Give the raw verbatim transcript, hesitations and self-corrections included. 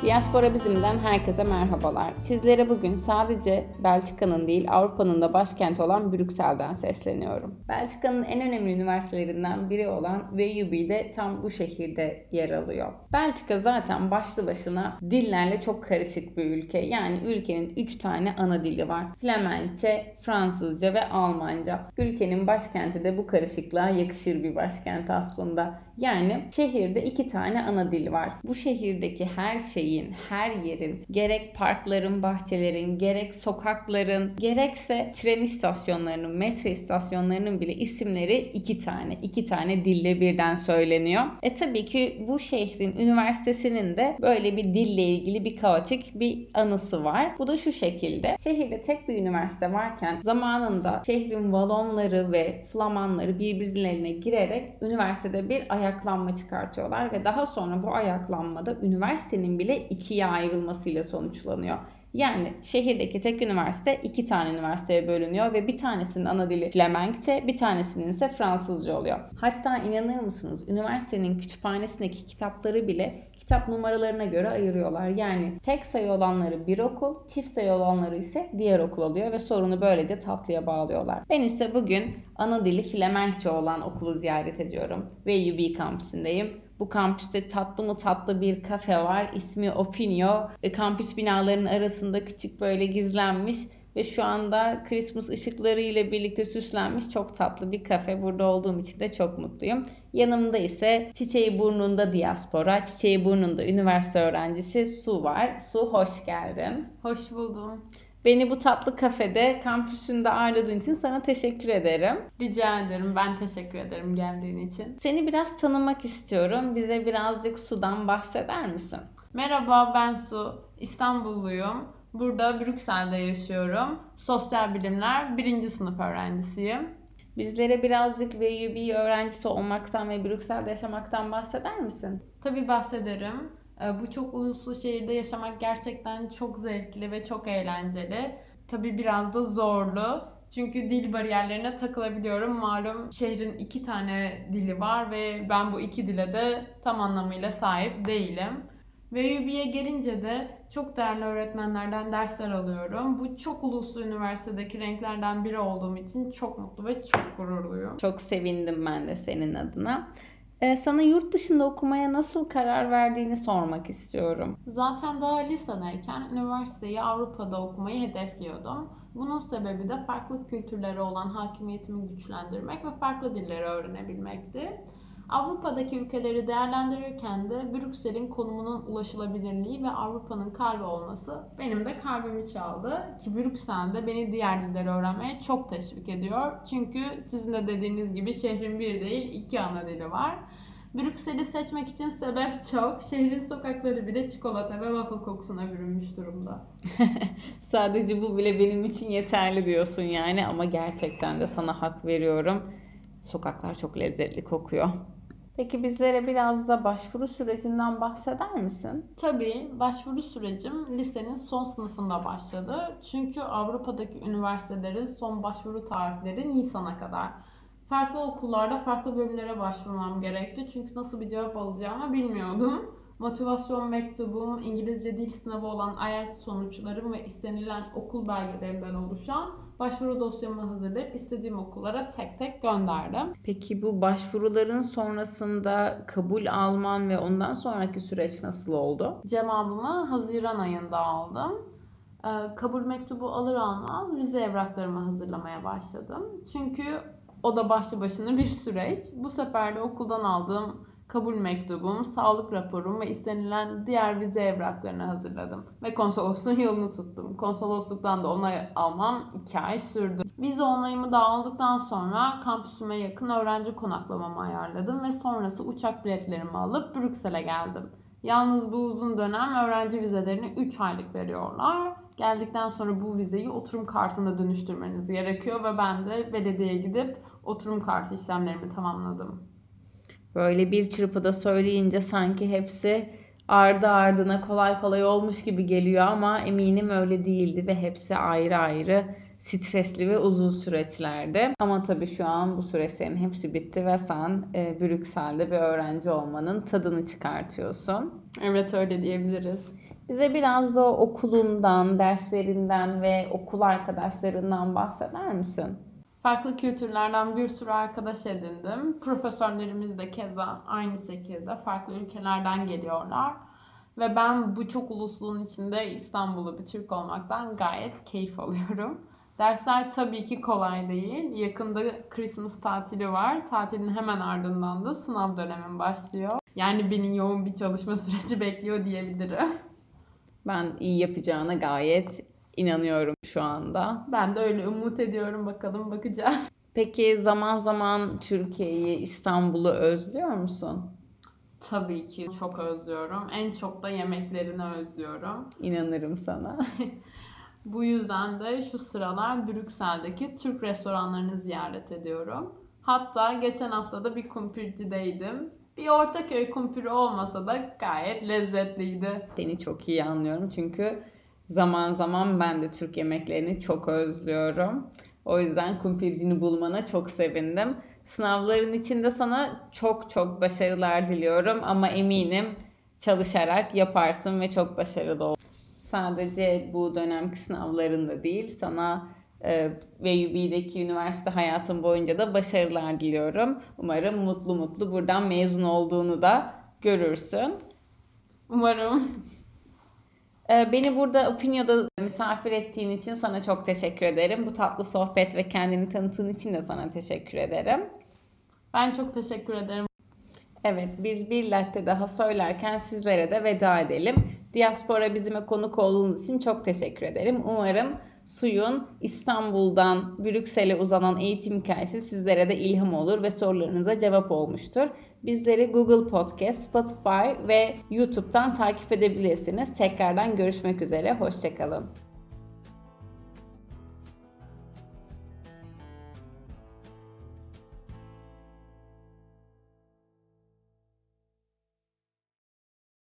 Diaspora Bizim'den herkese merhabalar. Sizlere bugün sadece Belçika'nın değil Avrupa'nın da başkenti olan Brüksel'den sesleniyorum. Belçika'nın en önemli üniversitelerinden biri olan V U B de tam bu şehirde yer alıyor. Belçika zaten başlı başına dillerle çok karışık bir ülke. Yani ülkenin üç tane ana dili var. Flemenkçe, Fransızca ve Almanca. Ülkenin başkenti de bu karışıklığa yakışır bir başkent aslında. Yani şehirde iki tane ana dil var. Bu şehirdeki her şeyin, her yerin, gerek parkların, bahçelerin, gerek sokakların, gerekse tren istasyonlarının, metro istasyonlarının bile isimleri iki tane. iki tane dille birden söyleniyor. E tabii ki bu şehrin üniversitesinin de böyle bir dille ilgili bir kaotik bir anısı var. Bu da şu şekilde. Şehirde tek bir üniversite varken zamanında şehrin Valonları ve Flamanları birbirlerine girerek üniversitede bir ayaklanma çıkartıyorlar ve daha sonra bu ayaklanmada üniversitenin bile ikiye ayrılmasıyla sonuçlanıyor. Yani şehirdeki tek üniversite iki tane üniversiteye bölünüyor ve bir tanesinin ana dili Flemenkçe, bir tanesinin ise Fransızca oluyor. Hatta inanır mısınız, üniversitenin kütüphanesindeki kitapları bile kitap numaralarına göre ayırıyorlar. Yani tek sayı olanları bir okul, çift sayı olanları ise diğer okul oluyor ve sorunu böylece tatlıya bağlıyorlar. Ben ise bugün ana dili Flemenkçe olan okulu ziyaret ediyorum. V U B kampüsündeyim. Bu kampüste tatlı mı tatlı bir kafe var. İsmi Opinio. E, kampüs binalarının arasında küçük böyle gizlenmiş ve şu anda Christmas ışıkları ile birlikte süslenmiş çok tatlı bir kafe. Burada olduğum için de çok mutluyum. Yanımda ise çiçeği burnunda diaspora, çiçeği burnunda üniversite öğrencisi Su var. Su, hoş geldin. Hoş buldum. Beni bu tatlı kafede, kampüsünde ağırladığın için sana teşekkür ederim. Rica ederim. Ben teşekkür ederim geldiğin için. Seni biraz tanımak istiyorum. Bize birazcık Su'dan bahseder misin? Merhaba, ben Su. İstanbulluyum. Burada Brüksel'de yaşıyorum. Sosyal bilimler birinci sınıf öğrencisiyim. Bizlere birazcık V U B öğrencisi olmaktan ve Brüksel'de yaşamaktan bahseder misin? Tabii bahsederim. Bu çok uluslu şehirde yaşamak gerçekten çok zevkli ve çok eğlenceli. Tabii biraz da zorlu. Çünkü dil bariyerlerine takılabiliyorum. Malum şehrin iki tane dili var ve ben bu iki dile de tam anlamıyla sahip değilim. V U B'ye gelince de çok değerli öğretmenlerden dersler alıyorum. Bu çok uluslu üniversitedeki renklerden biri olduğum için çok mutlu ve çok gururluyum. Çok sevindim ben de senin adına. Ee, sana yurt dışında okumaya nasıl karar verdiğini sormak istiyorum. Zaten daha lisedeyken üniversiteyi Avrupa'da okumayı hedefliyordum. Bunun sebebi de farklı kültürlere olan hakimiyetimi güçlendirmek ve farklı dilleri öğrenebilmekti. Avrupa'daki ülkeleri değerlendirirken de Brüksel'in konumunun ulaşılabilirliği ve Avrupa'nın kalbi olması benim de kalbimi çaldı. Ki Brüksel'de beni diğer dilleri öğrenmeye çok teşvik ediyor. Çünkü sizin de dediğiniz gibi şehrin bir değil iki ana dili var. Brüksel'i seçmek için sebep çok. Şehrin sokakları bile çikolata ve waffle kokusuna bürünmüş durumda. Sadece bu bile benim için yeterli diyorsun yani, ama gerçekten de sana hak veriyorum. Sokaklar çok lezzetli kokuyor. Peki bizlere biraz da başvuru sürecinden bahseder misin? Tabii, başvuru sürecim lisenin son sınıfında başladı. Çünkü Avrupa'daki üniversitelerin son başvuru tarihleri Nisan'a kadar. Farklı okullarda farklı bölümlere başvurmam gerekti. Çünkü nasıl bir cevap alacağımı bilmiyordum. Motivasyon mektubum, İngilizce dil sınavı olan I E L T S sonuçlarım ve istenilen okul belgelerimden oluşan başvuru dosyamı hazırlayıp istediğim okullara tek tek gönderdim. Peki bu başvuruların sonrasında kabul alman ve ondan sonraki süreç nasıl oldu? Cevabımı Haziran ayında aldım. Kabul mektubu alır almaz vize evraklarımı hazırlamaya başladım. Çünkü o da başlı başına bir süreç. Bu sefer de okuldan aldığım kabul mektubum, sağlık raporum ve istenilen diğer vize evraklarını hazırladım. Ve konsolosluğun yolunu tuttum. Konsolosluktan da onay almam iki ay sürdü. Vize onayımı da aldıktan sonra kampüsüme yakın öğrenci konaklamamı ayarladım ve sonrası uçak biletlerimi alıp Brüksel'e geldim. Yalnız bu uzun dönem öğrenci vizelerini üç aylık veriyorlar. Geldikten sonra bu vizeyi oturum kartına dönüştürmeniz gerekiyor ve ben de belediyeye gidip oturum kartı işlemlerimi tamamladım. Böyle bir çırpıda söyleyince sanki hepsi ardı ardına kolay kolay olmuş gibi geliyor ama eminim öyle değildi ve hepsi ayrı ayrı stresli ve uzun süreçlerdi. Ama tabii şu an bu süreçlerin hepsi bitti ve sen e, Brüksel'de bir öğrenci olmanın tadını çıkartıyorsun. Evet, öyle diyebiliriz. Bize biraz da okulundan, derslerinden ve okul arkadaşlarından bahseder misin? Farklı kültürlerden bir sürü arkadaş edindim. Profesörlerimiz de keza aynı şekilde farklı ülkelerden geliyorlar. Ve ben bu çok ulusluğun içinde İstanbul'u bir Türk olmaktan gayet keyif alıyorum. Dersler tabii ki kolay değil. Yakında Christmas tatili var. Tatilin hemen ardından da sınav dönemim başlıyor. Yani beni yoğun bir çalışma süreci bekliyor diyebilirim. Ben iyi yapacağına gayet inanıyorum şu anda. Ben de öyle umut ediyorum, bakalım bakacağız. Peki zaman zaman Türkiye'yi, İstanbul'u özlüyor musun? Tabii ki çok özlüyorum. En çok da yemeklerini özlüyorum. İnanırım sana. Bu yüzden de şu sıralar Brüksel'deki Türk restoranlarını ziyaret ediyorum. Hatta geçen hafta da bir kumpircideydim. Bir Ortaköy kumpiri olmasa da gayet lezzetliydi. Seni çok iyi anlıyorum çünkü zaman zaman ben de Türk yemeklerini çok özlüyorum. O yüzden kumpircini bulmana çok sevindim. Sınavların içinde sana çok çok başarılar diliyorum ama eminim çalışarak yaparsın ve çok başarılı ol. Sadece bu dönemki sınavlarında değil, sana e, V U B'deki üniversite hayatın boyunca da başarılar diliyorum. Umarım mutlu mutlu buradan mezun olduğunu da görürsün. Umarım. E, Beni burada Opinio'da misafir ettiğin için sana çok teşekkür ederim. Bu tatlı sohbet ve kendini tanıttığın için de sana teşekkür ederim. Ben çok teşekkür ederim. Evet, biz bir latte daha söylerken sizlere de veda edelim. Diaspora bizime konuk olduğunuz için çok teşekkür ederim. Umarım Suyun İstanbul'dan Brüksel'e uzanan eğitim hikayesi sizlere de ilham olur ve sorularınıza cevap olmuştur. Bizleri Google Podcast, Spotify ve YouTube'dan takip edebilirsiniz. Tekrardan görüşmek üzere, hoşça kalın.